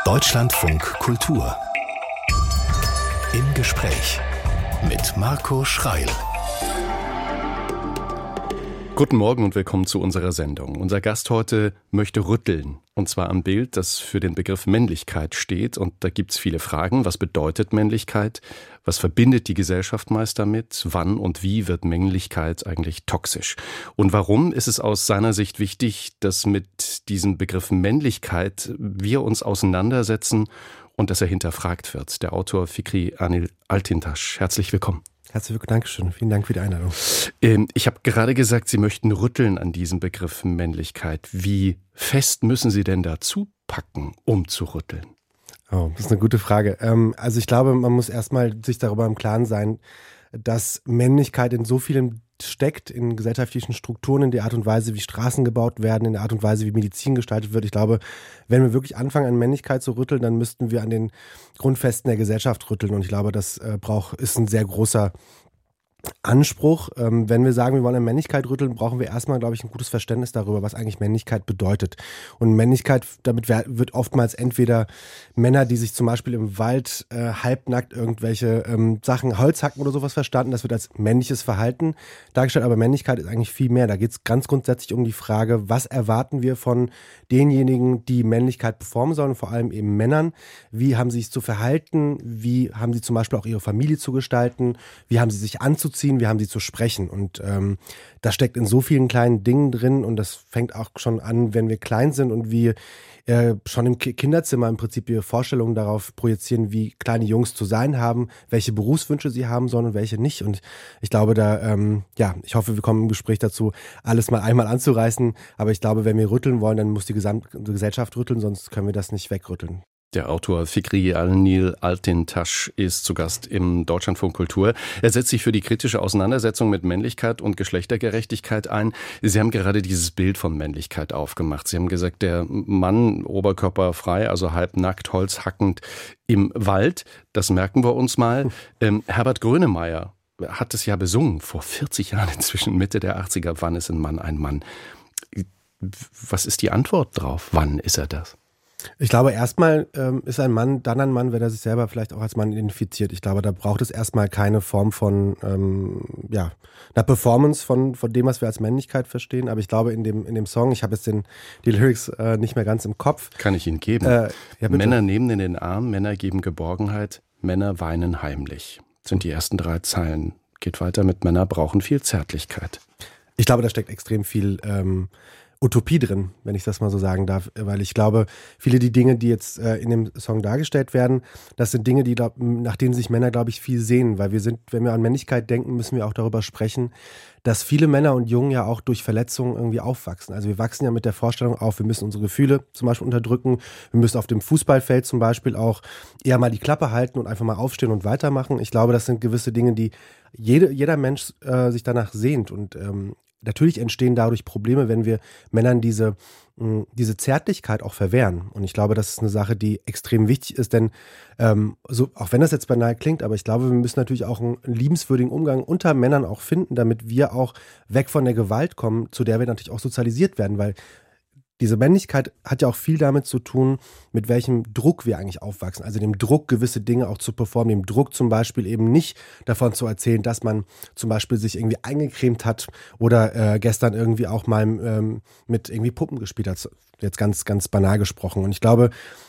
Deutschlandfunk Kultur. Im Gespräch mit Marco Schreil. Guten Morgen und willkommen zu unserer Sendung. Unser Gast heute möchte rütteln. Und zwar am Bild, das für den Begriff Männlichkeit steht. Und da gibt es viele Fragen. Was bedeutet Männlichkeit? Was verbindet die Gesellschaft meist damit? Wann und wie wird Männlichkeit eigentlich toxisch? Und warum ist es aus seiner Sicht wichtig, dass mit diesem Begriff Männlichkeit wir uns auseinandersetzen und dass er hinterfragt wird? Der Autor Fikri Anil Altintaş. Herzlich willkommen. Herzlich willkommen, Dankeschön. Vielen Dank für die Einladung. Ich habe gerade gesagt, Sie möchten rütteln an diesem Begriff Männlichkeit. Wie fest müssen Sie denn dazu packen, um zu rütteln? Oh, das ist eine gute Frage. Also ich glaube, man muss erstmal sich darüber im Klaren sein, dass Männlichkeit in so vielem steckt, in gesellschaftlichen Strukturen, in der Art und Weise, wie Straßen gebaut werden, in der Art und Weise, wie Medizin gestaltet wird. Ich glaube, wenn wir wirklich anfangen, an Männlichkeit zu rütteln, dann müssten wir an den Grundfesten der Gesellschaft rütteln. Und ich glaube, das ist ein sehr großer Anspruch. Wenn wir sagen, wir wollen an Männlichkeit rütteln, brauchen wir erstmal, glaube ich, ein gutes Verständnis darüber, was eigentlich Männlichkeit bedeutet. Und Männlichkeit, damit wird oftmals entweder Männer, die sich zum Beispiel im Wald halbnackt irgendwelche Sachen, Holz hacken oder sowas verstanden. Das wird als männliches Verhalten dargestellt. Aber Männlichkeit ist eigentlich viel mehr. Da geht es ganz grundsätzlich um die Frage, was erwarten wir von denjenigen, die Männlichkeit performen sollen, vor allem eben Männern. Wie haben sie sich zu verhalten? Wie haben sie zum Beispiel auch ihre Familie zu gestalten? Wie haben sie sich anzuziehen? Wie haben sie zu sprechen? Und das steckt in so vielen kleinen Dingen drin und das fängt auch schon an, wenn wir klein sind und wir schon im Kinderzimmer im Prinzip ihre Vorstellungen darauf projizieren, wie kleine Jungs zu sein haben, welche Berufswünsche sie haben sollen und welche nicht. Und ich glaube, ich hoffe, wir kommen im Gespräch dazu, alles mal einmal anzureißen. Aber ich glaube, wenn wir rütteln wollen, dann muss die gesamte Gesellschaft rütteln, sonst können wir das nicht wegrütteln. Der Autor Fikri Anil Altintaş ist zu Gast im Deutschlandfunk Kultur. Er setzt sich für die kritische Auseinandersetzung mit Männlichkeit und Geschlechtergerechtigkeit ein. Sie haben gerade dieses Bild von Männlichkeit aufgemacht. Sie haben gesagt, der Mann oberkörperfrei, also halbnackt, holzhackend im Wald. Das merken wir uns mal. Herbert Grönemeyer hat es ja besungen, vor 40 Jahren inzwischen, Mitte der 80er. Wann ist ein Mann ein Mann? Was ist die Antwort drauf? Wann ist er das? Ich glaube, erstmal ist ein Mann dann ein Mann, wenn er sich selber vielleicht auch als Mann identifiziert. Ich glaube, da braucht es erstmal keine Form von einer Performance von dem, was wir als Männlichkeit verstehen. Aber ich glaube, in dem Song, ich habe jetzt die Lyrics nicht mehr ganz im Kopf. Kann ich Ihnen geben. Männer nehmen in den Arm, Männer geben Geborgenheit, Männer weinen heimlich. Das sind die ersten 3 Zeilen. Geht weiter mit Männer brauchen viel Zärtlichkeit. Ich glaube, da steckt extrem viel Utopie drin, wenn ich das mal so sagen darf, weil ich glaube, viele die Dinge, die jetzt in dem Song dargestellt werden, das sind Dinge, nach denen sich Männer, glaube ich, viel sehen, weil wenn wir an Männlichkeit denken, müssen wir auch darüber sprechen, dass viele Männer und Jungen ja auch durch Verletzungen irgendwie aufwachsen. Also wir wachsen ja mit der Vorstellung auf, wir müssen unsere Gefühle zum Beispiel unterdrücken, wir müssen auf dem Fußballfeld zum Beispiel auch eher mal die Klappe halten und einfach mal aufstehen und weitermachen. Ich glaube, das sind gewisse Dinge, die jeder Mensch sich danach sehnt und natürlich entstehen dadurch Probleme, wenn wir Männern diese Zärtlichkeit auch verwehren. Und ich glaube, das ist eine Sache, die extrem wichtig ist, denn auch wenn das jetzt banal klingt, aber ich glaube, wir müssen natürlich auch einen liebenswürdigen Umgang unter Männern auch finden, damit wir auch weg von der Gewalt kommen, zu der wir natürlich auch sozialisiert werden, weil diese Männlichkeit hat ja auch viel damit zu tun, mit welchem Druck wir eigentlich aufwachsen. Also dem Druck, gewisse Dinge auch zu performen, dem Druck zum Beispiel eben nicht davon zu erzählen, dass man zum Beispiel sich irgendwie eingecremt hat oder gestern irgendwie auch mal mit irgendwie Puppen gespielt hat. Jetzt ganz, ganz banal gesprochen. Und ich glaube,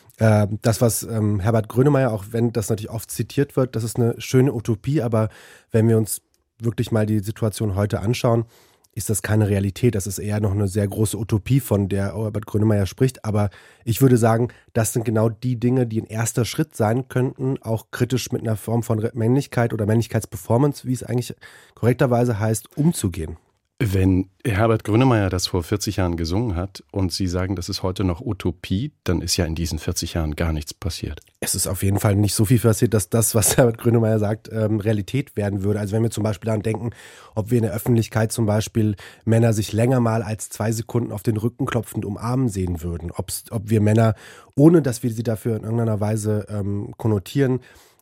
das, was Herbert Grönemeyer, auch wenn das natürlich oft zitiert wird, das ist eine schöne Utopie, aber wenn wir uns wirklich mal die Situation heute anschauen, ist das keine Realität. Das ist eher noch eine sehr große Utopie, von der Herbert Grönemeyer spricht. Aber ich würde sagen, das sind genau die Dinge, die ein erster Schritt sein könnten, auch kritisch mit einer Form von Männlichkeit oder Männlichkeitsperformance, wie es eigentlich korrekterweise heißt, umzugehen. Wenn Herbert Grönemeyer das vor 40 Jahren gesungen hat und Sie sagen, das ist heute noch Utopie, dann ist ja in diesen 40 Jahren gar nichts passiert. Es ist auf jeden Fall nicht so viel passiert, dass das, was Herbert Grönemeyer sagt, Realität werden würde. Also wenn wir zum Beispiel daran denken, ob wir in der Öffentlichkeit zum Beispiel Männer sich länger mal als 2 Sekunden auf den Rücken klopfend umarmen sehen würden, ob wir Männer, ohne dass wir sie dafür in irgendeiner Weise konnotieren,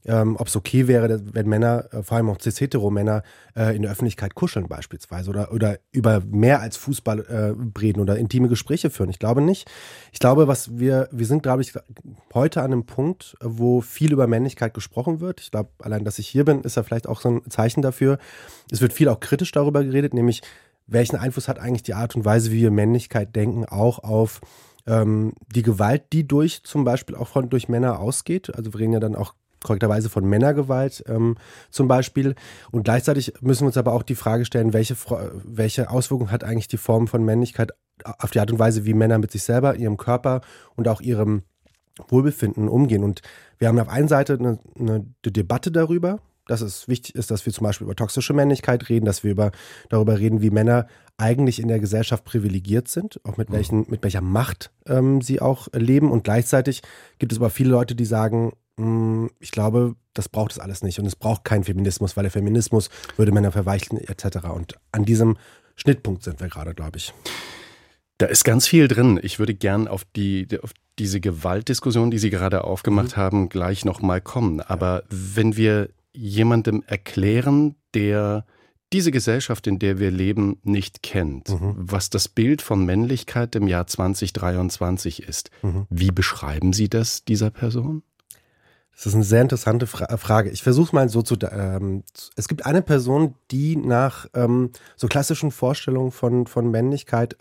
ob es okay wäre, wenn Männer, vor allem auch cis-hetero-Männer, in der Öffentlichkeit kuscheln beispielsweise oder über mehr als Fußball reden oder intime Gespräche führen. Ich glaube nicht. Ich glaube, wir sind, glaube ich, heute an einem Punkt, wo viel über Männlichkeit gesprochen wird. Ich glaube, allein, dass ich hier bin, ist ja vielleicht auch so ein Zeichen dafür. Es wird viel auch kritisch darüber geredet, nämlich welchen Einfluss hat eigentlich die Art und Weise, wie wir Männlichkeit denken, auch auf die Gewalt, die zum Beispiel auch durch Männer ausgeht. Also wir reden ja dann auch korrekterweise von Männergewalt zum Beispiel. Und gleichzeitig müssen wir uns aber auch die Frage stellen, welche Auswirkungen hat eigentlich die Form von Männlichkeit auf die Art und Weise, wie Männer mit sich selber, ihrem Körper und auch ihrem Wohlbefinden umgehen. Und wir haben auf einer Seite eine Debatte darüber, dass es wichtig ist, dass wir zum Beispiel über toxische Männlichkeit reden, dass wir darüber reden, wie Männer eigentlich in der Gesellschaft privilegiert sind, auch mit welcher Macht sie auch leben. Und gleichzeitig gibt es aber viele Leute, die sagen, ich glaube, das braucht es alles nicht und es braucht keinen Feminismus, weil der Feminismus würde Männer verweichlichen etc. Und an diesem Schnittpunkt sind wir gerade, glaube ich. Da ist ganz viel drin. Ich würde gern auf diese Gewaltdiskussion, die Sie gerade aufgemacht haben, gleich nochmal kommen. Aber wenn wir jemandem erklären, der diese Gesellschaft, in der wir leben, nicht kennt, was das Bild von Männlichkeit im Jahr 2023 ist, wie beschreiben Sie das dieser Person? Das ist eine sehr interessante Frage. Ich versuche es mal so es gibt eine Person, die nach so klassischen Vorstellungen von Männlichkeit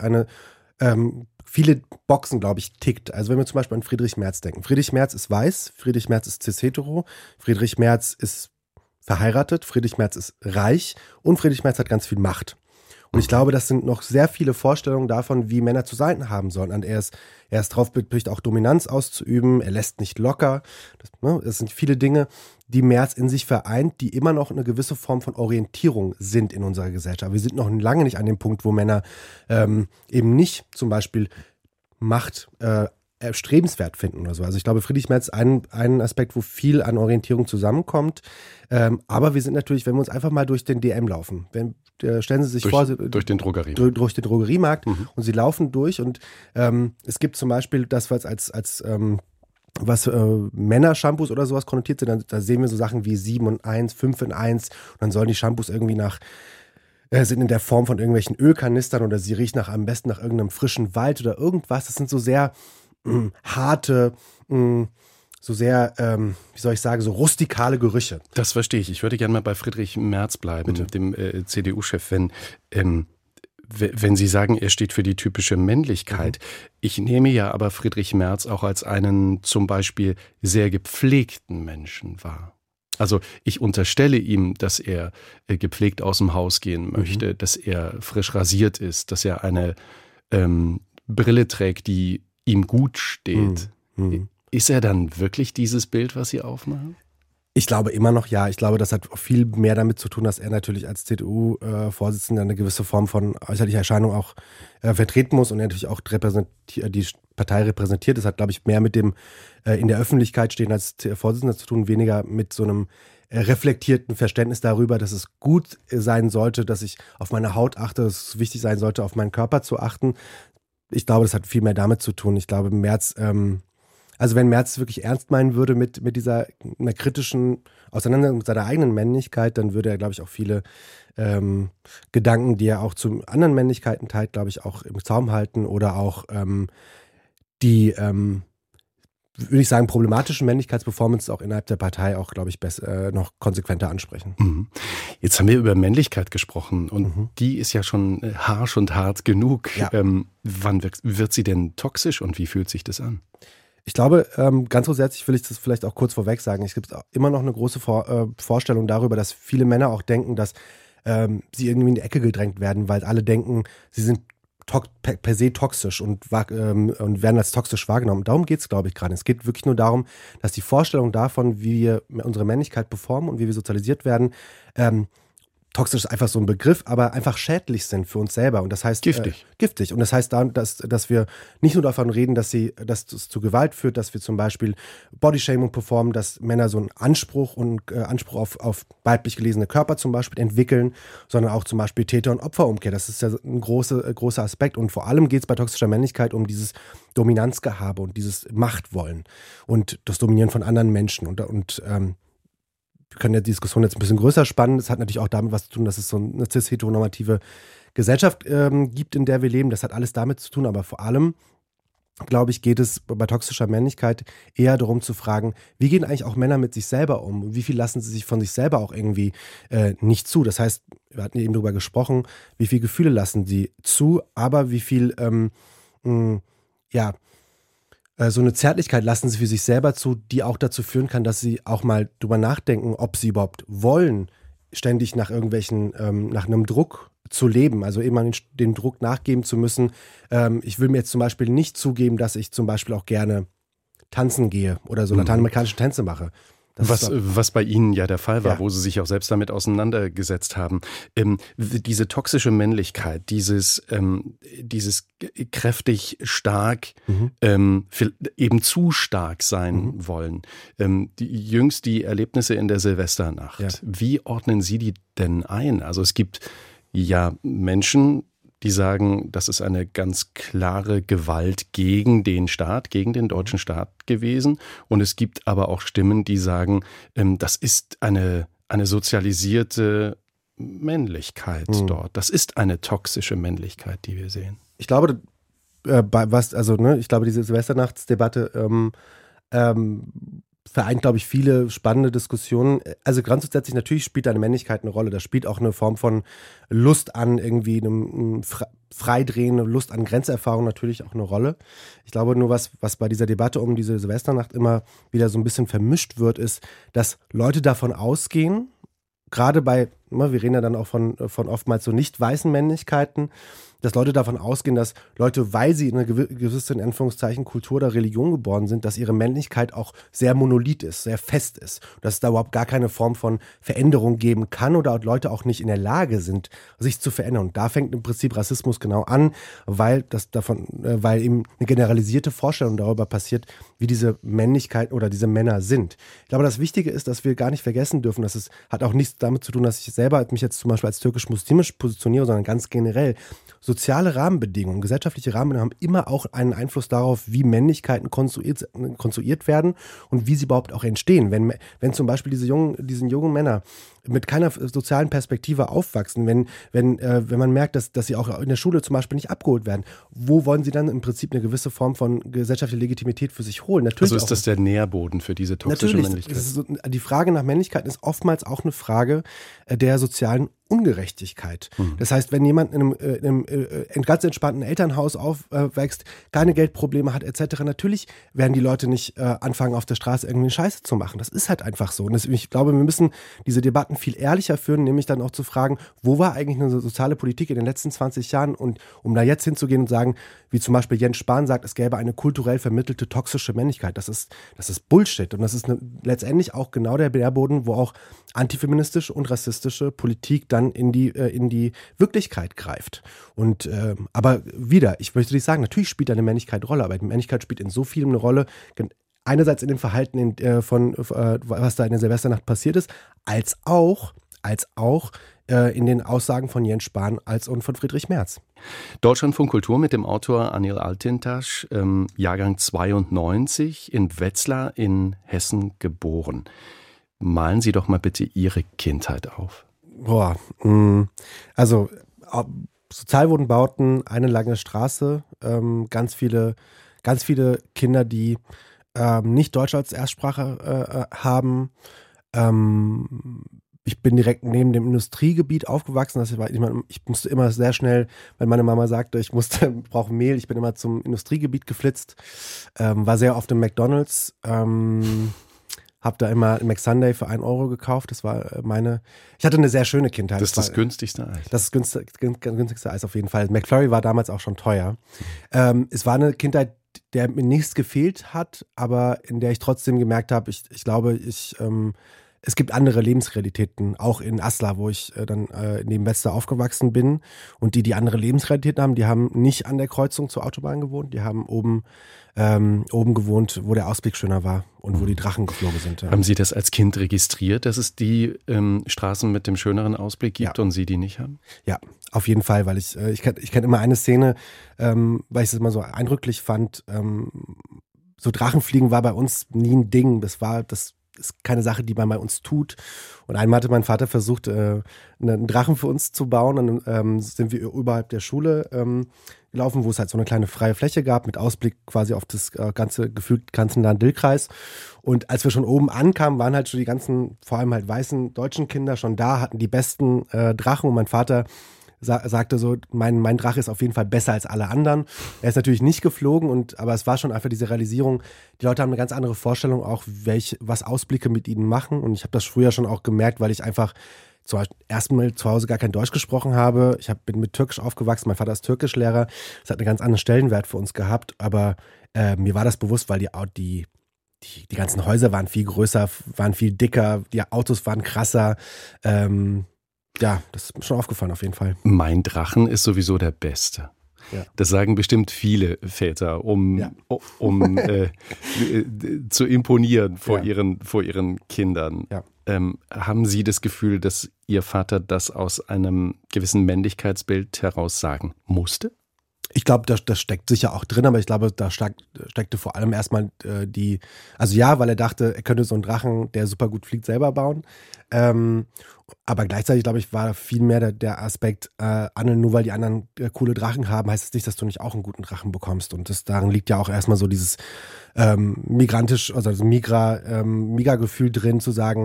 viele Boxen, glaube ich, tickt. Also wenn wir zum Beispiel an Friedrich Merz denken. Friedrich Merz ist weiß, Friedrich Merz ist cis-hetero, Friedrich Merz ist verheiratet, Friedrich Merz ist reich und Friedrich Merz hat ganz viel Macht. Und ich glaube, das sind noch sehr viele Vorstellungen davon, wie Männer zu sein haben sollen. Und er ist darauf bepicht, auch Dominanz auszuüben. Er lässt nicht locker. Das sind viele Dinge, die Merz in sich vereint, die immer noch eine gewisse Form von Orientierung sind in unserer Gesellschaft. Wir sind noch lange nicht an dem Punkt, wo Männer eben nicht zum Beispiel Macht erstrebenswert finden oder so. Also ich glaube, Friedrich Merz ist ein Aspekt, wo viel an Orientierung zusammenkommt. Aber wir sind natürlich, wenn wir uns einfach mal durch den DM laufen, stellen Sie sich vor, durch den Drogerie. Durch den Drogeriemarkt und Sie laufen durch und es gibt zum Beispiel das, was als Männershampoos oder sowas konnotiert sind, da sehen wir so Sachen wie 7 in 1, 5 in 1 und dann sollen die Shampoos irgendwie sind in der Form von irgendwelchen Ölkanistern oder sie riechen am besten nach irgendeinem frischen Wald oder irgendwas. Das sind so sehr harte, so sehr, wie soll ich sagen, so rustikale Gerüche. Das verstehe ich. Ich würde gerne mal bei Friedrich Merz bleiben, bitte, dem CDU-Chef, wenn Sie sagen, er steht für die typische Männlichkeit. Ich nehme ja aber Friedrich Merz auch als einen zum Beispiel sehr gepflegten Menschen wahr. Also ich unterstelle ihm, dass er gepflegt aus dem Haus gehen möchte, dass er frisch rasiert ist, dass er eine Brille trägt, die ihm gut steht. Ist er dann wirklich dieses Bild, was Sie aufmachen? Ich glaube immer noch ja. Ich glaube, das hat viel mehr damit zu tun, dass er natürlich als CDU-Vorsitzender eine gewisse Form von äußerlicher Erscheinung auch vertreten muss und er natürlich auch die Partei repräsentiert. Das hat, glaube ich, mehr mit dem in der Öffentlichkeit stehen als Vorsitzender zu tun, weniger mit so einem reflektierten Verständnis darüber, dass es gut sein sollte, dass ich auf meine Haut achte, dass es wichtig sein sollte, auf meinen Körper zu achten. Ich glaube, das hat viel mehr damit zu tun. Ich glaube, Merz, also wenn Merz wirklich ernst meinen würde mit einer kritischen Auseinandersetzung mit seiner eigenen Männlichkeit, dann würde er, glaube ich, auch viele Gedanken, die er auch zu anderen Männlichkeiten teilt, glaube ich, auch im Zaum halten oder auch die, würde ich sagen, problematischen Männlichkeitsperformances auch innerhalb der Partei auch, glaube ich, noch konsequenter ansprechen. Jetzt haben wir über Männlichkeit gesprochen und die ist ja schon harsch und hart genug. Ja. Wann wird sie denn toxisch und wie fühlt sich das an? Ich glaube, ganz grundsätzlich will ich das vielleicht auch kurz vorweg sagen. Es gibt immer noch eine große Vorstellung darüber, dass viele Männer auch denken, dass sie irgendwie in die Ecke gedrängt werden, weil alle denken, sie sind per se toxisch und werden als toxisch wahrgenommen. Darum geht es, glaube ich, gerade. Es geht wirklich nur darum, dass die Vorstellung davon, wie wir unsere Männlichkeit performen und wie wir sozialisiert werden, toxisch ist einfach so ein Begriff, aber einfach schädlich sind für uns selber. Und das heißt giftig. Und das heißt, dass wir nicht nur davon reden, dass es zu Gewalt führt, dass wir zum Beispiel Bodyshaming performen, dass Männer so einen Anspruch auf weiblich gelesene Körper zum Beispiel entwickeln, sondern auch zum Beispiel Täter- und Opferumkehr. Das ist ja ein großer Aspekt. Und vor allem geht es bei toxischer Männlichkeit um dieses Dominanzgehabe und dieses Machtwollen und das Dominieren von anderen Menschen. Und wir können ja die Diskussion jetzt ein bisschen größer spannen. Es hat natürlich auch damit was zu tun, dass es so eine cis-heteronormative Gesellschaft gibt, in der wir leben. Das hat alles damit zu tun, aber vor allem, glaube ich, geht es bei toxischer Männlichkeit eher darum zu fragen, wie gehen eigentlich auch Männer mit sich selber um? Wie viel lassen sie sich von sich selber auch irgendwie nicht zu? Das heißt, wir hatten eben darüber gesprochen, wie viele Gefühle lassen sie zu, aber wie viel, so eine Zärtlichkeit lassen sie für sich selber zu, die auch dazu führen kann, dass sie auch mal drüber nachdenken, ob sie überhaupt wollen, ständig nach nach einem Druck zu leben, also immer den Druck nachgeben zu müssen. Ich will mir jetzt zum Beispiel nicht zugeben, dass ich zum Beispiel auch gerne tanzen gehe oder so lateinamerikanische Tänze mache. Was bei Ihnen ja der Fall war, Ja. wo Sie sich auch selbst damit auseinandergesetzt haben. Diese toxische Männlichkeit, dieses kräftig, stark, eben zu stark sein wollen. Jüngst die Erlebnisse in der Silvesternacht. Ja. Wie ordnen Sie die denn ein? Also es gibt ja Menschen, die sagen, das ist eine ganz klare Gewalt gegen den Staat, gegen den deutschen Staat gewesen. Und es gibt aber auch Stimmen, die sagen, das ist eine sozialisierte Männlichkeit dort. Das ist eine toxische Männlichkeit, die wir sehen. Ich glaube, ich glaube, diese Silvesternachtsdebatte vereint, glaube ich, viele spannende Diskussionen. Also grundsätzlich natürlich spielt eine Männlichkeit eine Rolle. Da spielt auch eine Form von Lust an irgendwie einem Freidrehen, Lust an Grenzerfahrung natürlich auch eine Rolle. Ich glaube nur, was bei dieser Debatte um diese Silvesternacht immer wieder so ein bisschen vermischt wird, ist, dass Leute davon ausgehen, gerade bei, wir reden ja dann auch von oftmals so nicht weißen Männlichkeiten, dass Leute davon ausgehen, dass Leute, weil sie in einer gewissen, in Anführungszeichen, Kultur oder Religion geboren sind, dass ihre Männlichkeit auch sehr monolith ist, sehr fest ist. Dass es da überhaupt gar keine Form von Veränderung geben kann oder Leute auch nicht in der Lage sind, sich zu verändern. Und da fängt im Prinzip Rassismus genau an, weil eben eine generalisierte Vorstellung darüber passiert, wie diese Männlichkeit oder diese Männer sind. Ich glaube, das Wichtige ist, dass wir gar nicht vergessen dürfen, dass es hat auch nichts damit zu tun, dass ich selber mich jetzt zum Beispiel als türkisch-muslimisch positioniere, sondern ganz generell. Soziale Rahmenbedingungen, gesellschaftliche Rahmenbedingungen haben immer auch einen Einfluss darauf, wie Männlichkeiten konstruiert werden und wie sie überhaupt auch entstehen. Wenn zum Beispiel diese jungen Männer mit keiner sozialen Perspektive aufwachsen, wenn man merkt, dass sie auch in der Schule zum Beispiel nicht abgeholt werden, wo wollen sie dann im Prinzip eine gewisse Form von gesellschaftlicher Legitimität für sich holen? Natürlich also ist das der Nährboden für diese toxische Männlichkeit? Die Frage nach Männlichkeit ist oftmals auch eine Frage der sozialen Ungerechtigkeit. Das heißt, wenn jemand in einem ganz entspannten Elternhaus aufwächst, keine Geldprobleme hat etc., natürlich werden die Leute nicht anfangen, auf der Straße irgendwie Scheiße zu machen. Das ist halt einfach so. Und ich glaube, wir müssen diese Debatten viel ehrlicher führen, nämlich dann auch zu fragen, wo war eigentlich eine soziale Politik in den letzten 20 Jahren und um da jetzt hinzugehen und sagen, wie zum Beispiel Jens Spahn sagt, es gäbe eine kulturell vermittelte toxische Männlichkeit. Das ist Bullshit und das ist letztendlich auch genau der Nährboden, wo auch antifeministische und rassistische Politik dann in die Wirklichkeit greift. Und aber wieder, ich möchte nicht sagen, natürlich spielt eine Männlichkeit eine Rolle, aber die Männlichkeit spielt in so vielem eine Rolle. Einerseits in dem Verhalten was da in der Silvesternacht passiert ist, als auch in den Aussagen von Jens Spahn und von Friedrich Merz. Deutschlandfunk Kultur mit dem Autor Anil Altintasch, Jahrgang 92, in Wetzlar in Hessen geboren. Malen Sie doch mal bitte Ihre Kindheit auf. Also Sozialwohnbauten, eine lange Straße, ganz viele Kinder, die nicht Deutsch als Erstsprache haben. Ich bin direkt neben dem Industriegebiet aufgewachsen. Ich musste immer sehr schnell, wenn meine Mama sagte, ich brauche Mehl, ich bin immer zum Industriegebiet geflitzt. War sehr oft im McDonald's. Hab da immer ein McSunday für 1 Euro gekauft. Ich hatte eine sehr schöne Kindheit. Das ist das günstigste Eis. Das ist das günstigste Eis auf jeden Fall. McFlurry war damals auch schon teuer. Es war eine Kindheit, der mir nichts gefehlt hat, aber in der ich trotzdem gemerkt habe, ich glaube, es gibt andere Lebensrealitäten, auch in Asla, wo ich dann neben Wetzlar aufgewachsen bin. Und die andere Lebensrealitäten haben, die haben nicht an der Kreuzung zur Autobahn gewohnt, die haben oben gewohnt, wo der Ausblick schöner war und wo die Drachen geflogen sind. Ja. Haben Sie das als Kind registriert, dass es die Straßen mit dem schöneren Ausblick gibt und Sie die nicht haben? Ja, auf jeden Fall, weil ich kenn immer eine Szene, weil ich es immer so eindrücklich fand. So Drachenfliegen war bei uns nie ein Ding. Das ist keine Sache, die man bei uns tut. Und einmal hatte mein Vater versucht, einen Drachen für uns zu bauen. Dann sind wir überhalb der Schule gelaufen, wo es halt so eine kleine freie Fläche gab, mit Ausblick quasi auf das gefühlt ganzen Lahn-Dill-Kreis. Und als wir schon oben ankamen, waren halt schon die ganzen, vor allem halt weißen deutschen Kinder schon da, hatten die besten Drachen. Und mein Vater sagte so, mein Drache ist auf jeden Fall besser als alle anderen. Er ist natürlich nicht geflogen, aber es war schon einfach diese Realisierung, die Leute haben eine ganz andere Vorstellung auch, was Ausblicke mit ihnen machen. Und ich habe das früher schon auch gemerkt, weil ich einfach zum Beispiel erstmal zu Hause gar kein Deutsch gesprochen habe. Bin mit Türkisch aufgewachsen, mein Vater ist Türkischlehrer. Das hat einen ganz anderen Stellenwert für uns gehabt, aber mir war das bewusst, weil die ganzen Häuser waren viel größer, waren viel dicker, die Autos waren krasser. Ja, das ist mir schon aufgefallen auf jeden Fall. Mein Drachen ist sowieso der Beste. Ja. Das sagen bestimmt viele Väter, um zu imponieren vor ihren Kindern. Ja. Haben Sie das Gefühl, dass Ihr Vater das aus einem gewissen Männlichkeitsbild heraus sagen musste? Ich glaube, das steckt sicher auch drin, aber ich glaube, da steckte vor allem erstmal weil er dachte, er könnte so einen Drachen, der super gut fliegt, selber bauen. Aber gleichzeitig, glaube ich, war viel mehr der Aspekt, Anne, nur weil die anderen coole Drachen haben, heißt es nicht, dass du nicht auch einen guten Drachen bekommst. Und darin liegt ja auch erstmal so dieses Migra-Gefühl drin, zu sagen,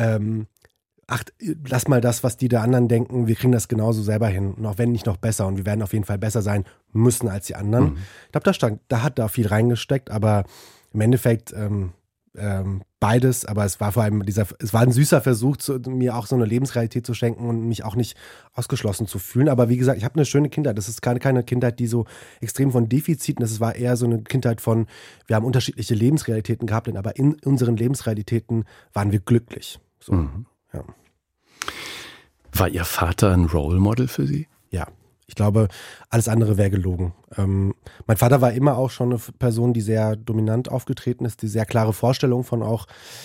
lass mal das, was die der anderen denken, wir kriegen das genauso selber hin. Und auch wenn nicht noch besser. Und wir werden auf jeden Fall besser sein müssen als die anderen. Ich glaube, da hat da viel reingesteckt, aber im Endeffekt beides. Aber es war vor allem es war ein süßer Versuch, mir auch so eine Lebensrealität zu schenken und mich auch nicht ausgeschlossen zu fühlen. Aber wie gesagt, ich habe eine schöne Kindheit. Das ist keine Kindheit, die so extrem von Defiziten ist. Es war eher so eine Kindheit wir haben unterschiedliche Lebensrealitäten gehabt, aber in unseren Lebensrealitäten waren wir glücklich. So. Ja. War Ihr Vater ein Role Model für Sie? Ja, ich glaube, alles andere wäre gelogen. Mein Vater war immer auch schon eine Person, die sehr dominant aufgetreten ist, die sehr klare Vorstellungen von auch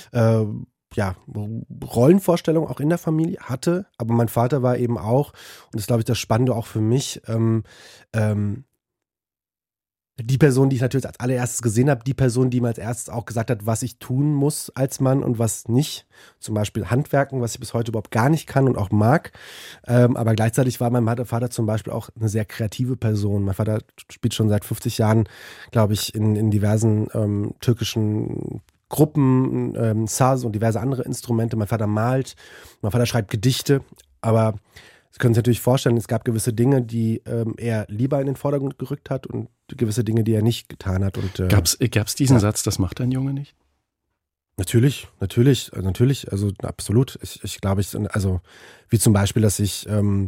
Rollenvorstellungen auch in der Familie hatte. Aber mein Vater war eben auch, und das ist, glaube ich, das Spannende auch für mich, die Person, die ich natürlich als allererstes gesehen habe, die Person, die mir als erstes auch gesagt hat, was ich tun muss als Mann und was nicht. Zum Beispiel Handwerken, was ich bis heute überhaupt gar nicht kann und auch mag. Aber gleichzeitig war mein Vater zum Beispiel auch eine sehr kreative Person. Mein Vater spielt schon seit 50 Jahren, glaube ich, in diversen türkischen Gruppen, Saz und diverse andere Instrumente. Mein Vater malt, mein Vater schreibt Gedichte, aber Sie können sich natürlich vorstellen, es gab gewisse Dinge, die er lieber in den Vordergrund gerückt hat und gewisse Dinge, die er nicht getan hat. Gab's diesen Satz, das macht ein Junge nicht? Natürlich, also absolut. Ich glaube, wie zum Beispiel, dass ich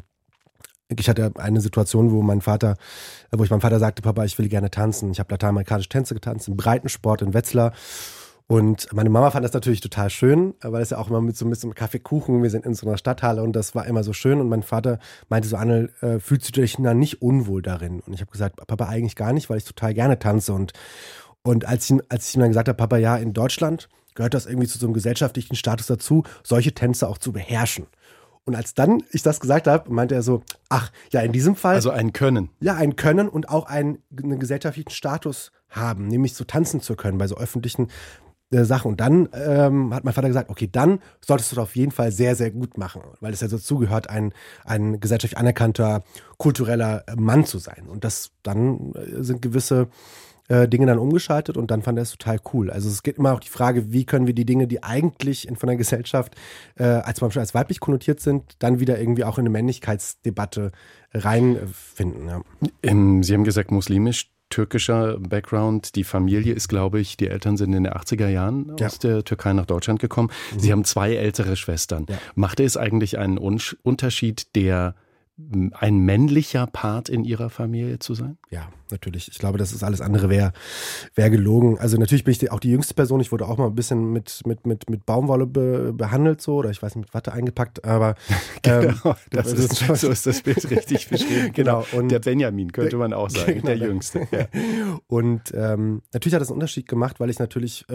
hatte eine Situation, wo ich meinem Vater sagte, Papa, ich will gerne tanzen. Ich habe lateinamerikanische Tänze getanzt, im Breitensport in Wetzlar. Und meine Mama fand das natürlich total schön, weil es ja auch immer mit so ein bisschen Kaffeekuchen, wir sind in so einer Stadthalle und das war immer so schön. Und mein Vater meinte so, Anne, fühlst du dich dann nicht unwohl darin? Und ich habe gesagt, Papa, eigentlich gar nicht, weil ich total gerne tanze. Und als ich ihm dann gesagt habe, Papa, ja, in Deutschland gehört das irgendwie zu so einem gesellschaftlichen Status dazu, solche Tänze auch zu beherrschen. Und als dann ich das gesagt habe, meinte er so, ach, ja, in diesem Fall. Also ein Können. Ja, ein Können und auch einen gesellschaftlichen Status haben, nämlich so tanzen zu können bei so öffentlichen Sache. Und dann hat mein Vater gesagt, okay, dann solltest du das auf jeden Fall sehr, sehr gut machen, weil es ja dazu gehört, ein gesellschaftlich anerkannter, kultureller Mann zu sein. Und dann sind gewisse Dinge dann umgeschaltet und dann fand er es total cool. Also es geht immer auch die Frage, wie können wir die Dinge, die eigentlich von der Gesellschaft als weiblich konnotiert sind, dann wieder irgendwie auch in eine Männlichkeitsdebatte reinfinden. Ja. Sie haben gesagt, muslimisch, türkischer Background. Die Familie ist, glaube ich, die Eltern sind in den 80er Jahren aus der Türkei nach Deutschland gekommen. Sie haben 2 ältere Schwestern. Ja. Machte es eigentlich einen Unterschied, ein männlicher Part in ihrer Familie zu sein? Ja, natürlich. Ich glaube, das ist alles andere wäre gelogen. Also natürlich bin ich auch die jüngste Person. Ich wurde auch mal ein bisschen mit Baumwolle behandelt so, oder ich weiß nicht, mit Watte eingepackt, aber genau, so ist das Bild richtig beschrieben. Genau. Und der Benjamin könnte man auch sagen, der Jüngste. Ja. Und natürlich hat das einen Unterschied gemacht, weil ich natürlich,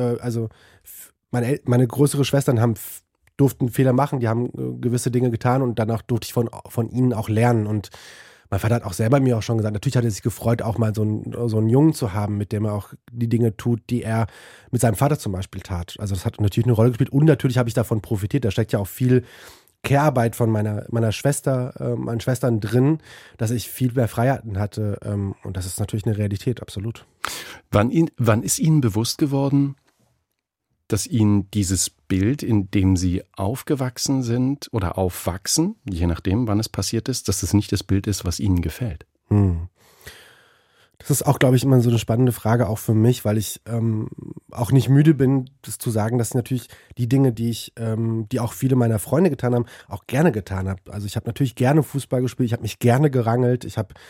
meine größere Schwestern durften Fehler machen, die haben gewisse Dinge getan und danach durfte ich von ihnen auch lernen. Und mein Vater hat auch selber mir auch schon gesagt, natürlich hat er sich gefreut, auch mal so einen Jungen zu haben, mit dem er auch die Dinge tut, die er mit seinem Vater zum Beispiel tat. Also das hat natürlich eine Rolle gespielt und natürlich habe ich davon profitiert. Da steckt ja auch viel Care-Arbeit von meiner Schwester, meinen Schwestern drin, dass ich viel mehr Freiheiten hatte und das ist natürlich eine Realität, absolut. Wann ist Ihnen bewusst geworden, dass Ihnen dieses Bild, in dem Sie aufgewachsen sind oder aufwachsen, je nachdem, wann es passiert ist, dass das nicht das Bild ist, was Ihnen gefällt? Das ist auch, glaube ich, immer so eine spannende Frage auch für mich, weil ich auch nicht müde bin, das zu sagen, dass natürlich die Dinge, die auch viele meiner Freunde getan haben, auch gerne getan habe. Also ich habe natürlich gerne Fußball gespielt, ich habe mich gerne gerangelt, ich habe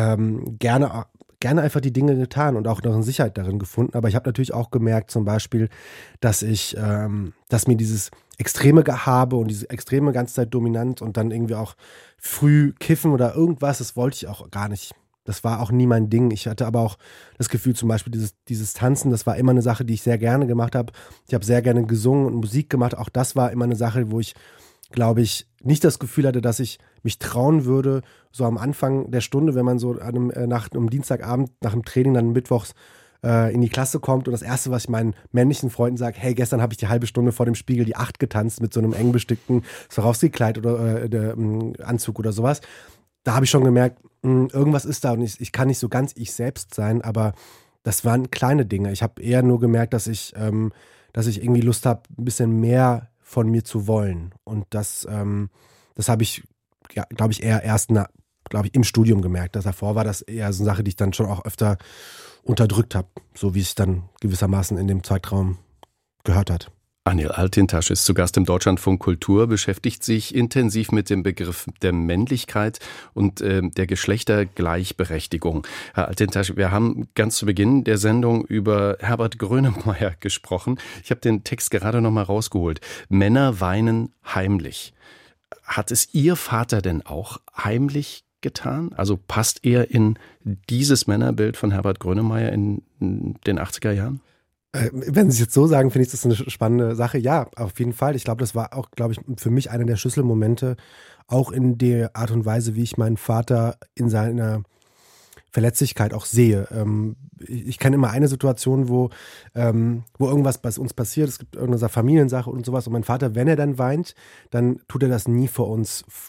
gerne einfach die Dinge getan und auch noch eine Sicherheit darin gefunden. Aber ich habe natürlich auch gemerkt zum Beispiel, dass mir dieses extreme Gehabe und diese extreme ganze Zeit dominant und dann irgendwie auch früh kiffen oder irgendwas, das wollte ich auch gar nicht. Das war auch nie mein Ding. Ich hatte aber auch das Gefühl, zum Beispiel dieses Tanzen, das war immer eine Sache, die ich sehr gerne gemacht habe. Ich habe sehr gerne gesungen und Musik gemacht. Auch das war immer eine Sache, wo ich, glaube ich, nicht das Gefühl hatte, dass ich mich trauen würde, so am Anfang der Stunde, wenn man so am Dienstagabend nach dem Training dann mittwochs in die Klasse kommt und das Erste, was ich meinen männlichen Freunden sage, hey, gestern habe ich die halbe Stunde vor dem Spiegel die 8 getanzt mit so einem eng bestickten Swarovski-Kleid oder Anzug oder sowas. Da habe ich schon gemerkt, irgendwas ist da und ich kann nicht so ganz ich selbst sein, aber das waren kleine Dinge. Ich habe eher nur gemerkt, dass ich irgendwie Lust habe, ein bisschen mehr von mir zu wollen. Und das habe ich, ja, glaube ich, eher erst im Studium gemerkt. Davor war das eher so eine Sache, die ich dann schon auch öfter unterdrückt habe, so wie es dann gewissermaßen in dem Zeitraum gehört hat. Anil Altintasch ist zu Gast im Deutschlandfunk Kultur, beschäftigt sich intensiv mit dem Begriff der Männlichkeit und der Geschlechtergleichberechtigung. Herr Altintasch, wir haben ganz zu Beginn der Sendung über Herbert Grönemeyer gesprochen. Ich habe den Text gerade noch mal rausgeholt. Männer weinen heimlich. Hat es Ihr Vater denn auch heimlich getan? Also passt er in dieses Männerbild von Herbert Grönemeyer in den 80er Jahren? Wenn Sie es jetzt so sagen, finde ich das eine spannende Sache. Ja, auf jeden Fall. Ich glaube, das war auch, glaube ich, für mich einer der Schlüsselmomente, auch in der Art und Weise, wie ich meinen Vater in seiner Verletzlichkeit auch sehe. Ich kenne immer eine Situation, wo irgendwas bei uns passiert. Es gibt irgendeine Familiensache und sowas. Und mein Vater, wenn er dann weint, dann tut er das nie vor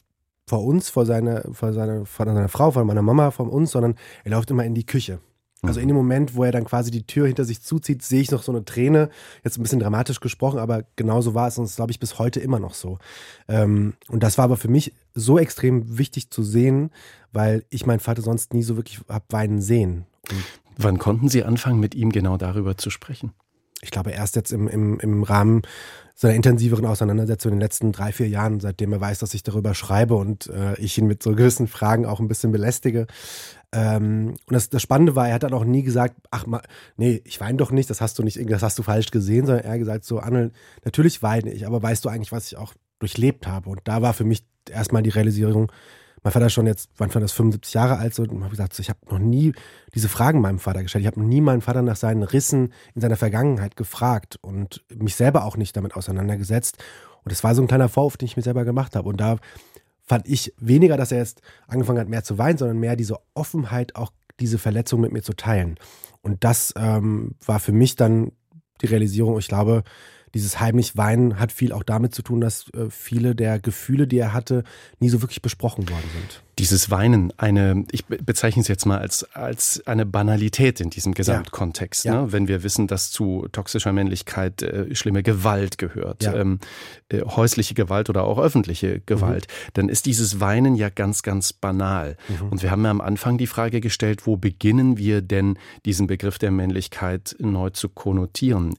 seiner Frau, vor meiner Mama, vor uns, sondern er läuft immer in die Küche. Also in dem Moment, wo er dann quasi die Tür hinter sich zuzieht, sehe ich noch so eine Träne. Jetzt ein bisschen dramatisch gesprochen, aber genauso war es und das ist, glaube ich, bis heute immer noch so. Und das war aber für mich so extrem wichtig zu sehen, weil ich meinen Vater sonst nie so wirklich habe weinen sehen. Und wann konnten Sie anfangen, mit ihm genau darüber zu sprechen? Ich glaube, erst jetzt im Rahmen so einer intensiveren Auseinandersetzung in den letzten 3-4 Jahren, seitdem er weiß, dass ich darüber schreibe und ich ihn mit so gewissen Fragen auch ein bisschen belästige. Und das Spannende war, er hat dann auch nie gesagt, nee, ich weine doch nicht, das hast du falsch gesehen, sondern er hat gesagt so, Anne, natürlich weine ich, aber weißt du eigentlich, was ich auch durchlebt habe? Und da war für mich erstmal die Realisierung, mein Vater ist schon jetzt, wann war das, 75 Jahre alt, so, und habe gesagt, so, ich habe noch nie diese Fragen meinem Vater gestellt. Ich habe noch nie meinen Vater nach seinen Rissen in seiner Vergangenheit gefragt und mich selber auch nicht damit auseinandergesetzt. Und das war so ein kleiner Vorwurf, den ich mir selber gemacht habe. Und da fand ich weniger, dass er jetzt angefangen hat, mehr zu weinen, sondern mehr diese Offenheit, auch diese Verletzung mit mir zu teilen. Und das war für mich dann die Realisierung, ich glaube, dieses heimlich Weinen hat viel auch damit zu tun, dass viele der Gefühle, die er hatte, nie so wirklich besprochen worden sind. Dieses Weinen, ich bezeichne es jetzt mal als eine Banalität in diesem Gesamtkontext. Ja. Ne? Wenn wir wissen, dass zu toxischer Männlichkeit schlimme Gewalt gehört, häusliche Gewalt oder auch öffentliche Gewalt, dann ist dieses Weinen ja ganz, ganz banal. Und wir haben ja am Anfang die Frage gestellt, wo beginnen wir denn, diesen Begriff der Männlichkeit neu zu konnotieren?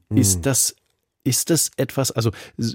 Ist das etwas, also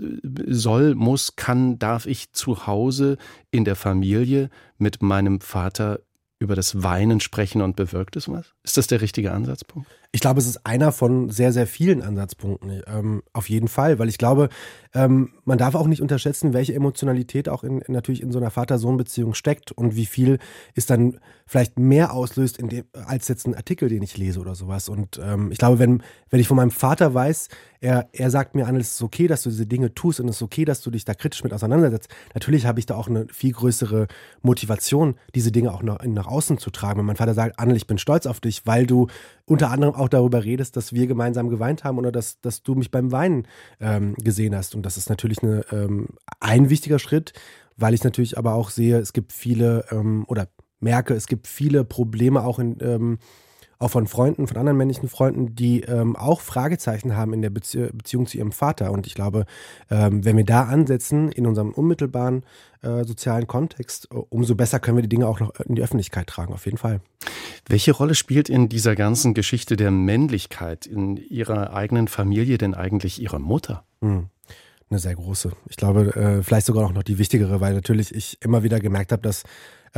darf ich zu Hause in der Familie mit meinem Vater über das Weinen sprechen und bewirkt es was? Ist das der richtige Ansatzpunkt? Ich glaube, es ist einer von sehr, sehr vielen Ansatzpunkten. Auf jeden Fall, weil ich glaube, man darf auch nicht unterschätzen, welche Emotionalität auch natürlich in so einer Vater-Sohn-Beziehung steckt und wie viel es dann vielleicht mehr auslöst als jetzt ein Artikel, den ich lese oder sowas. Und ich glaube, wenn ich von meinem Vater weiß, er sagt mir, Anne, es ist okay, dass du diese Dinge tust und es ist okay, dass du dich da kritisch mit auseinandersetzt. Natürlich habe ich da auch eine viel größere Motivation, diese Dinge auch nach außen zu tragen. Wenn mein Vater sagt, Anne, ich bin stolz auf dich, weil du unter anderem auch darüber redest, dass wir gemeinsam geweint haben oder dass du mich beim Weinen gesehen hast. Und das ist natürlich ein wichtiger Schritt, weil ich natürlich aber auch sehe, es gibt viele oder merke, es gibt viele Probleme auch auch von Freunden, von anderen männlichen Freunden, die auch Fragezeichen haben in der Beziehung zu ihrem Vater. Und ich glaube, wenn wir da ansetzen in unserem unmittelbaren sozialen Kontext, umso besser können wir die Dinge auch noch in die Öffentlichkeit tragen, auf jeden Fall. Welche Rolle spielt in dieser ganzen Geschichte der Männlichkeit in Ihrer eigenen Familie denn eigentlich Ihre Mutter? Eine sehr große. Ich glaube, vielleicht sogar auch noch die wichtigere, weil natürlich ich immer wieder gemerkt habe, dass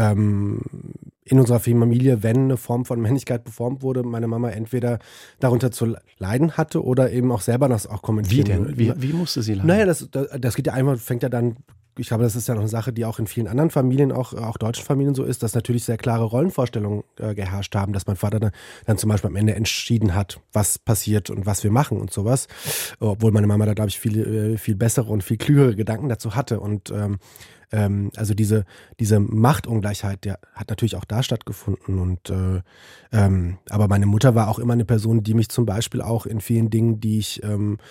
in unserer Familie, wenn eine Form von Männlichkeit beformt wurde, meine Mama entweder darunter zu leiden hatte oder eben auch selber das auch kommentieren. Wie denn? Wie musste sie leiden? Naja, das geht ja einfach, fängt ja dann, ich glaube, das ist ja noch eine Sache, die auch in vielen anderen Familien, auch deutschen Familien so ist, dass natürlich sehr klare Rollenvorstellungen geherrscht haben, dass mein Vater dann zum Beispiel am Ende entschieden hat, was passiert und was wir machen und sowas. Obwohl meine Mama da, glaube ich, viel bessere und viel klügere Gedanken dazu hatte. Und also diese Machtungleichheit, der hat natürlich auch da stattgefunden. Und aber meine Mutter war auch immer eine Person, die mich zum Beispiel auch in vielen Dingen, die ich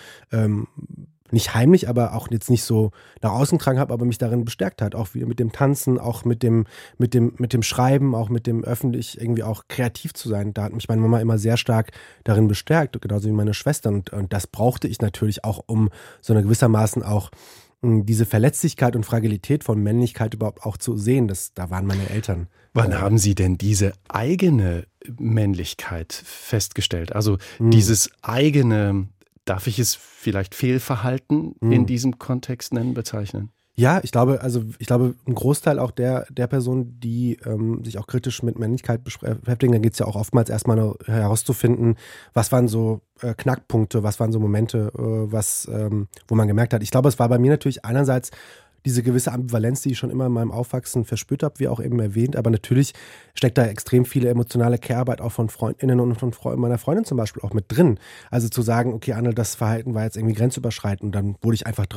nicht heimlich, aber auch jetzt nicht so nach außen getragen habe, aber mich darin bestärkt hat, auch wieder mit dem Tanzen, auch mit dem Schreiben, auch mit dem öffentlich irgendwie auch kreativ zu sein. Da hat mich meine Mama immer sehr stark darin bestärkt, genauso wie meine Schwestern. Und das brauchte ich natürlich auch, um so eine gewissermaßen auch diese Verletzlichkeit und Fragilität von Männlichkeit überhaupt auch zu sehen. Da waren meine Eltern. Wann haben Sie denn diese eigene Männlichkeit festgestellt? Also dieses eigene, darf ich es vielleicht Fehlverhalten in diesem Kontext bezeichnen? Ja, ich glaube, ein Großteil auch der Personen, die sich auch kritisch mit Männlichkeit beschäftigen, da geht es ja auch oftmals erstmal herauszufinden, was waren so Knackpunkte, was waren so Momente, wo man gemerkt hat. Ich glaube, es war bei mir natürlich einerseits diese gewisse Ambivalenz, die ich schon immer in meinem Aufwachsen verspürt habe, wie auch eben erwähnt, aber natürlich steckt da extrem viele emotionale Care-Arbeit auch von FreundInnen und von meiner Freundin zum Beispiel auch mit drin. Also zu sagen, okay, Anne, das Verhalten war jetzt irgendwie grenzüberschreitend, dann wurde ich einfach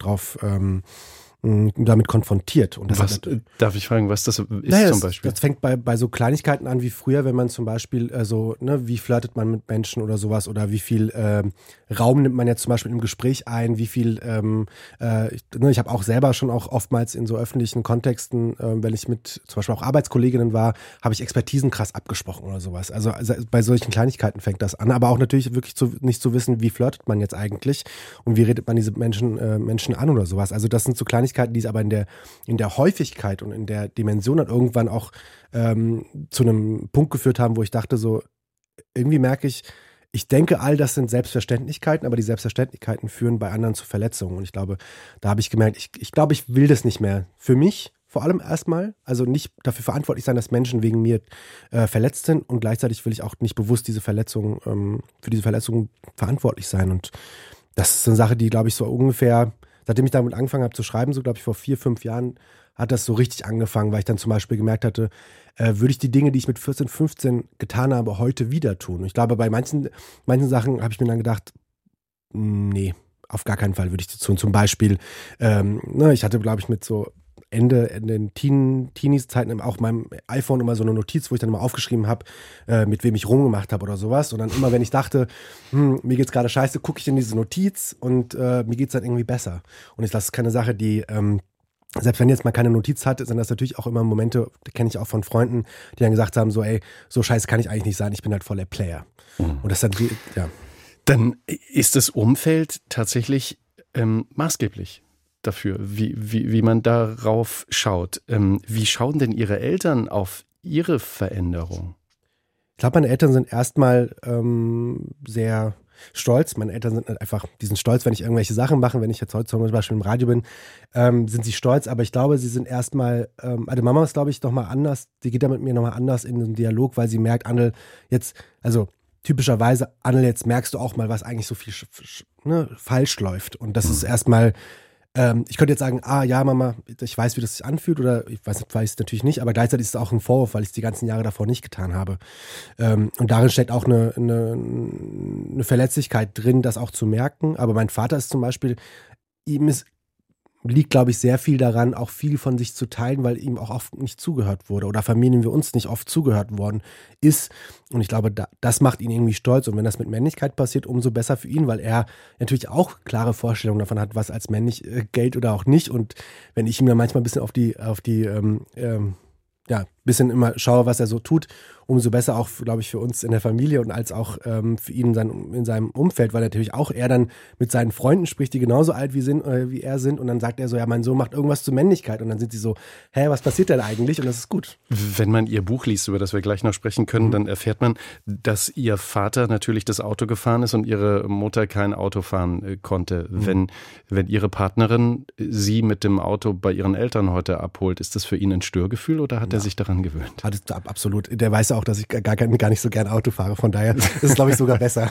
damit konfrontiert. Und das darf ich fragen, was das ist zum Beispiel? Das fängt bei so Kleinigkeiten an wie früher, wenn man zum Beispiel wie flirtet man mit Menschen oder sowas oder wie viel Raum nimmt man jetzt zum Beispiel im Gespräch ein, wie viel ich habe auch selber schon auch oftmals in so öffentlichen Kontexten, wenn ich mit zum Beispiel auch Arbeitskolleginnen war, habe ich Expertisen krass abgesprochen oder sowas. Also bei solchen Kleinigkeiten fängt das an, aber auch natürlich wirklich nicht zu wissen, wie flirtet man jetzt eigentlich und wie redet man diese Menschen an oder sowas. Also das sind so Kleinigkeiten, die es aber in der Häufigkeit und in der Dimension dann irgendwann auch zu einem Punkt geführt haben, wo ich dachte so, irgendwie merke ich denke, all das sind Selbstverständlichkeiten, aber die Selbstverständlichkeiten führen bei anderen zu Verletzungen. Und ich glaube, da habe ich gemerkt, ich glaube, ich will das nicht mehr für mich. Vor allem erstmal, also nicht dafür verantwortlich sein, dass Menschen wegen mir verletzt sind und gleichzeitig will ich auch nicht bewusst für diese Verletzungen verantwortlich sein. Und das ist eine Sache, die, glaube ich, so ungefähr, seitdem ich damit angefangen habe zu schreiben, so glaube ich vor 4-5 Jahren, hat das so richtig angefangen, weil ich dann zum Beispiel gemerkt hatte, würde ich die Dinge, die ich mit 14, 15 getan habe, heute wieder tun. Und ich glaube, bei manchen Sachen habe ich mir dann gedacht, nee, auf gar keinen Fall würde ich das tun. Zum Beispiel, ich hatte, glaube ich, mit so Ende in den Teenies-Zeiten auch meinem iPhone immer so eine Notiz, wo ich dann immer aufgeschrieben habe, mit wem ich rumgemacht habe oder sowas. Und dann immer, wenn ich dachte, mir geht's gerade scheiße, gucke ich in diese Notiz und mir geht's dann irgendwie besser. Und das ist keine Sache, die selbst wenn jetzt mal keine Notiz hat, sind das natürlich auch immer Momente, die kenne ich auch von Freunden, die dann gesagt haben, so ey, so scheiße kann ich eigentlich nicht sein, ich bin halt voll der Player. Und das dann, ja. Dann ist das Umfeld tatsächlich maßgeblich dafür, wie man darauf schaut. Wie schauen denn Ihre Eltern auf Ihre Veränderung? Ich glaube, meine Eltern sind erstmal sehr stolz. Meine Eltern sind einfach, die sind stolz, wenn ich irgendwelche Sachen mache. Wenn ich jetzt heute zum Beispiel im Radio bin, sind sie stolz. Aber ich glaube, sie sind erstmal, also Mama ist, glaube ich, nochmal anders. Sie geht da mit mir nochmal anders in den Dialog, weil sie merkt, Andel, jetzt, also typischerweise, Annel, jetzt merkst du auch mal, was eigentlich so viel falsch läuft. Und das ist erstmal, ich könnte jetzt sagen, ja, Mama, ich weiß, wie das sich anfühlt, oder ich weiß es natürlich nicht, aber gleichzeitig ist es auch ein Vorwurf, weil ich es die ganzen Jahre davor nicht getan habe. Und darin steckt auch eine Verletzlichkeit drin, das auch zu merken. Aber mein Vater ist zum Beispiel, liegt, glaube ich, sehr viel daran, auch viel von sich zu teilen, weil ihm auch oft nicht zugehört wurde oder Familien wie uns nicht oft zugehört worden ist. Und ich glaube, das macht ihn irgendwie stolz. Und wenn das mit Männlichkeit passiert, umso besser für ihn, weil er natürlich auch klare Vorstellungen davon hat, was als männlich gilt oder auch nicht. Und wenn ich ihm dann manchmal ein bisschen bisschen immer schaue, was er so tut, umso besser auch, glaube ich, für uns in der Familie und als auch für ihn in seinem Umfeld, weil natürlich auch er dann mit seinen Freunden spricht, die genauso alt wie er sind, und dann sagt er so, ja, mein Sohn macht irgendwas zur Männlichkeit, und dann sind sie so, was passiert denn eigentlich? Und das ist gut. Wenn man Ihr Buch liest, über das wir gleich noch sprechen können, dann erfährt man, dass Ihr Vater natürlich das Auto gefahren ist und Ihre Mutter kein Auto fahren konnte. Wenn Ihre Partnerin Sie mit dem Auto bei Ihren Eltern heute abholt, ist das für ihn ein Störgefühl oder hat er sich daran gewöhnt? Absolut. Der weiß ja auch, dass ich gar nicht so gern Auto fahre. Von daher ist es, glaube ich, sogar besser.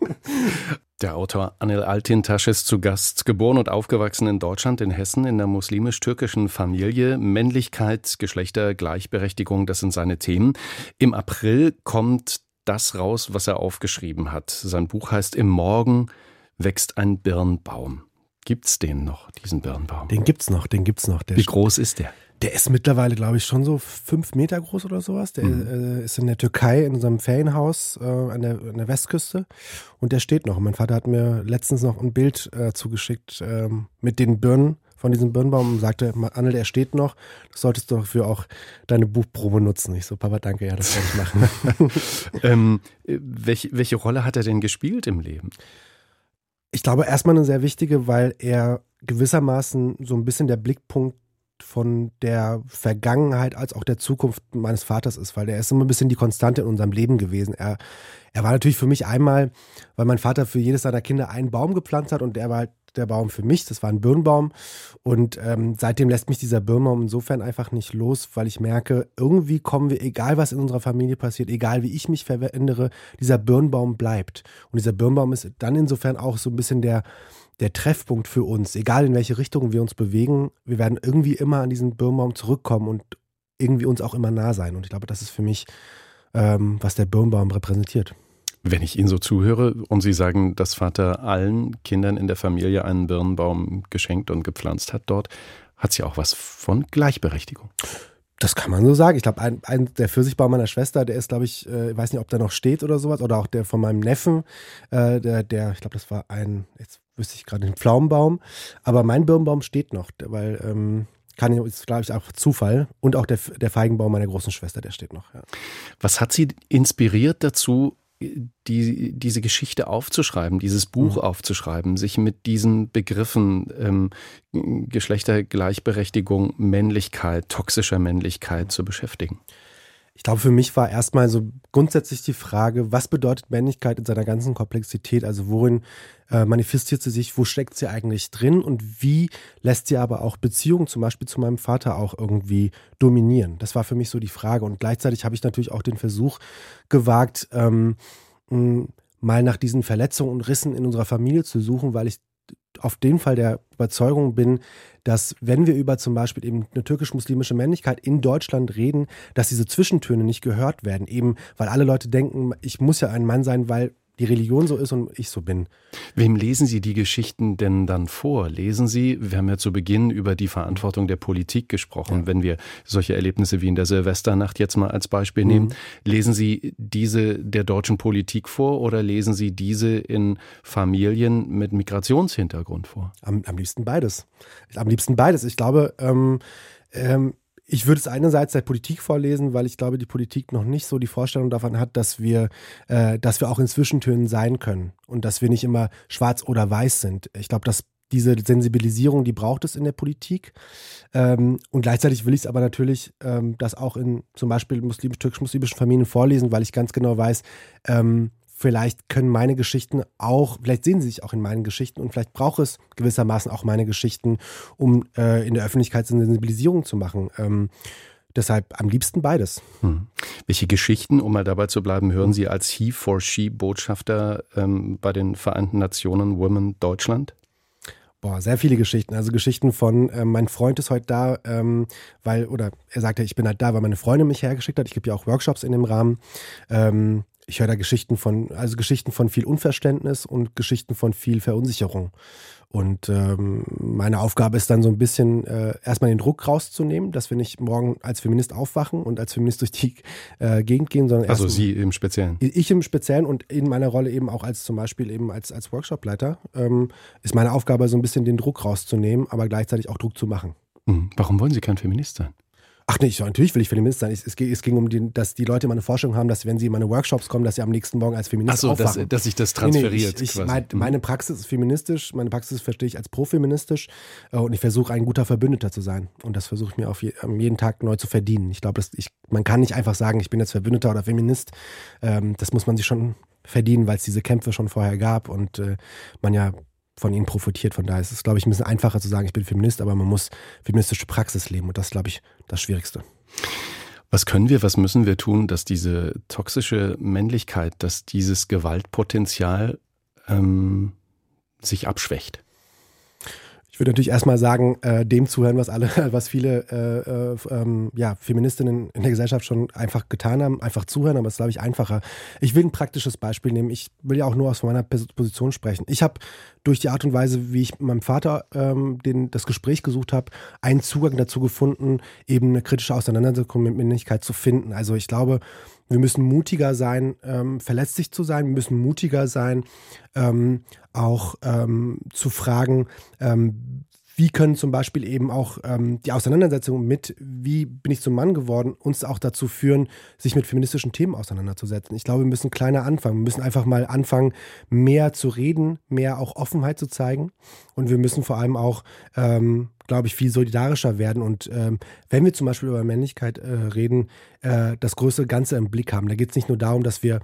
Der Autor Anil Altintaş ist zu Gast. Geboren und aufgewachsen in Deutschland, in Hessen, in der muslimisch-türkischen Familie. Männlichkeit, Geschlechter, Gleichberechtigung, das sind seine Themen. Im April kommt das raus, was er aufgeschrieben hat. Sein Buch heißt Im Morgen wächst ein Birnbaum. Gibt's den noch, diesen Birnbaum? Den gibt's noch. Wie groß ist der? Der ist mittlerweile, glaube ich, schon so 5 Meter groß oder sowas. Der ist in der Türkei in unserem Ferienhaus an der Westküste, und der steht noch. Und mein Vater hat mir letztens noch ein Bild zugeschickt mit den Birnen von diesem Birnbaum und sagte, Annel, der steht noch, das solltest du doch für auch deine Buchprobe nutzen. Ich so, Papa, danke, ja, das werde ich machen. Welche Rolle hat er denn gespielt im Leben? Ich glaube, erstmal eine sehr wichtige, weil er gewissermaßen so ein bisschen der Blickpunkt von der Vergangenheit als auch der Zukunft meines Vaters ist, weil er ist immer ein bisschen die Konstante in unserem Leben gewesen. Er war natürlich für mich einmal, weil mein Vater für jedes seiner Kinder einen Baum gepflanzt hat, und der war halt der Baum für mich, das war ein Birnbaum, und seitdem lässt mich dieser Birnbaum insofern einfach nicht los, weil ich merke, irgendwie kommen wir, egal was in unserer Familie passiert, egal wie ich mich verändere, dieser Birnbaum bleibt. Und dieser Birnbaum ist dann insofern auch so ein bisschen der Treffpunkt für uns, egal in welche Richtung wir uns bewegen, wir werden irgendwie immer an diesen Birnbaum zurückkommen und irgendwie uns auch immer nah sein. Und ich glaube, das ist für mich, was der Birnbaum repräsentiert. Wenn ich Ihnen so zuhöre und Sie sagen, dass Vater allen Kindern in der Familie einen Birnbaum geschenkt und gepflanzt hat dort, hat es ja auch was von Gleichberechtigung. Das kann man so sagen. Ich glaube, der Pfirsichbaum meiner Schwester, der ist, glaube ich, weiß nicht, ob der noch steht oder sowas, oder auch der von meinem Neffen, ich glaube, das war jetzt wüsste ich gerade, ein Pflaumenbaum, aber mein Birnbaum steht noch, weil ist, glaube ich, auch Zufall, und auch der Feigenbaum meiner großen Schwester, der steht noch. Ja. Was hat Sie inspiriert dazu, diese Geschichte aufzuschreiben, dieses Buch aufzuschreiben, sich mit diesen Begriffen Geschlechtergleichberechtigung, Männlichkeit, toxischer Männlichkeit zu beschäftigen? Ich glaube, für mich war erstmal so grundsätzlich die Frage, was bedeutet Männlichkeit in seiner ganzen Komplexität? Also worin manifestiert sie sich, wo steckt sie eigentlich drin, und wie lässt sie aber auch Beziehungen zum Beispiel zu meinem Vater auch irgendwie dominieren? Das war für mich so die Frage, und gleichzeitig habe ich natürlich auch den Versuch gewagt, mal nach diesen Verletzungen und Rissen in unserer Familie zu suchen, weil ich auf den Fall der Überzeugung bin, dass wenn wir über zum Beispiel eben eine türkisch-muslimische Männlichkeit in Deutschland reden, dass diese Zwischentöne nicht gehört werden, eben weil alle Leute denken, ich muss ja ein Mann sein, weil die Religion so ist und ich so bin. Wem lesen Sie die Geschichten denn dann vor? Lesen Sie, wir haben ja zu Beginn über die Verantwortung der Politik gesprochen, ja. Wenn wir solche Erlebnisse wie in der Silvesternacht jetzt mal als Beispiel nehmen, lesen Sie diese der deutschen Politik vor oder lesen Sie diese in Familien mit Migrationshintergrund vor? Am liebsten beides. Ich glaube, ich würde es einerseits der Politik vorlesen, weil ich glaube, die Politik noch nicht so die Vorstellung davon hat, dass wir auch in Zwischentönen sein können und dass wir nicht immer schwarz oder weiß sind. Ich glaube, dass diese Sensibilisierung, die braucht es in der Politik. Und gleichzeitig will ich es aber natürlich das auch in zum Beispiel türkisch-muslimischen Familien vorlesen, weil ich ganz genau weiß, vielleicht können meine Geschichten auch, vielleicht sehen sie sich auch in meinen Geschichten, und vielleicht braucht es gewissermaßen auch meine Geschichten, um in der Öffentlichkeit Sensibilisierung zu machen. deshalb am liebsten beides. Welche Geschichten, um mal dabei zu bleiben, hören Sie als He-for-She-Botschafter bei den Vereinten Nationen Women Deutschland? Sehr viele Geschichten. Also Geschichten von, mein Freund ist heute da, er sagte, ich bin halt da, weil meine Freundin mich hergeschickt hat. Ich gebe ja auch Workshops in dem Rahmen. Ich höre da Geschichten von viel Unverständnis und Geschichten von viel Verunsicherung. Und meine Aufgabe ist dann so ein bisschen erstmal den Druck rauszunehmen, dass wir nicht morgen als Feminist aufwachen und als Feminist durch die Gegend gehen, sondern also Sie im Speziellen? Ich im Speziellen und in meiner Rolle eben auch als zum Beispiel eben als Workshopleiter ist meine Aufgabe so ein bisschen den Druck rauszunehmen, aber gleichzeitig auch Druck zu machen. Warum wollen Sie kein Feminist sein? Ach nee, natürlich will ich Feminist sein. Es ging um dass die Leute immer eine Vorstellung haben, dass wenn sie in meine Workshops kommen, dass sie am nächsten Morgen als Feminist aufwachen. Dass sich das transferiert. Meine Praxis ist feministisch, meine Praxis verstehe ich als profeministisch und ich versuche ein guter Verbündeter zu sein. Und das versuche ich mir jeden Tag neu zu verdienen. Ich glaube, man kann nicht einfach sagen, ich bin jetzt Verbündeter oder Feminist. Das muss man sich schon verdienen, weil es diese Kämpfe schon vorher gab und man ja von ihnen profitiert. Von daher ist es, glaube ich, ein bisschen einfacher zu sagen, ich bin Feminist, aber man muss feministische Praxis leben und das ist, glaube ich, das Schwierigste. Was müssen wir tun, dass diese toxische Männlichkeit, dass dieses Gewaltpotenzial sich abschwächt? Ich würde natürlich erstmal sagen, dem zuhören, was viele Feministinnen in der Gesellschaft schon einfach getan haben, einfach zuhören, aber es ist, glaube ich, einfacher. Ich will ein praktisches Beispiel nehmen. Ich will ja auch nur aus meiner Position sprechen. Ich habe durch die Art und Weise, wie ich mit meinem Vater das Gespräch gesucht habe, einen Zugang dazu gefunden, eben eine kritische Auseinandersetzung mit Männlichkeit zu finden. Also ich glaube, wir müssen mutiger sein, verletzlich zu sein. Wir müssen mutiger sein, auch zu fragen, wie können zum Beispiel eben auch die Auseinandersetzung mit, wie bin ich zum Mann geworden, uns auch dazu führen, sich mit feministischen Themen auseinanderzusetzen. Ich glaube, wir müssen kleiner anfangen. Wir müssen einfach mal anfangen, mehr zu reden, mehr auch Offenheit zu zeigen. Und wir müssen vor allem auch, glaube ich, viel solidarischer werden. Und wenn wir zum Beispiel über Männlichkeit reden, das größere Ganze im Blick haben. Da geht es nicht nur darum, dass wir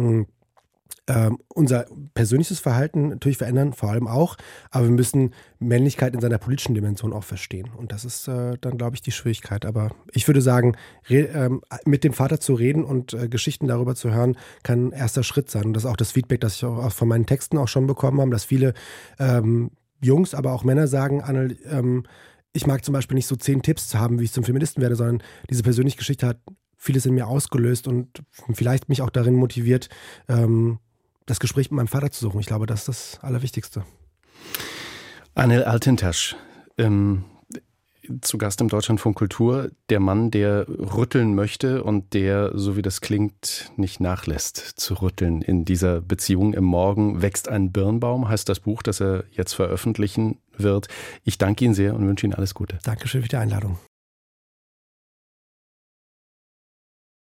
unser persönliches Verhalten natürlich verändern, vor allem auch, aber wir müssen Männlichkeit in seiner politischen Dimension auch verstehen. Und das ist dann, glaube ich, die Schwierigkeit. Aber ich würde sagen, mit dem Vater zu reden und Geschichten darüber zu hören, kann ein erster Schritt sein. Und das ist auch das Feedback, das ich auch von meinen Texten auch schon bekommen habe, dass viele Jungs, aber auch Männer sagen, Annel, ich mag zum Beispiel nicht so 10 Tipps zu haben, wie ich zum Feministen werde, sondern diese persönliche Geschichte hat vieles in mir ausgelöst und vielleicht mich auch darin motiviert, das Gespräch mit meinem Vater zu suchen. Ich glaube, das ist das Allerwichtigste. Annel Altintasch, zu Gast im Deutschlandfunk Kultur, der Mann, der rütteln möchte und der, so wie das klingt, nicht nachlässt zu rütteln in dieser Beziehung. Im Morgen wächst ein Birnbaum, heißt das Buch, das er jetzt veröffentlichen wird. Ich danke Ihnen sehr und wünsche Ihnen alles Gute. Dankeschön für die Einladung.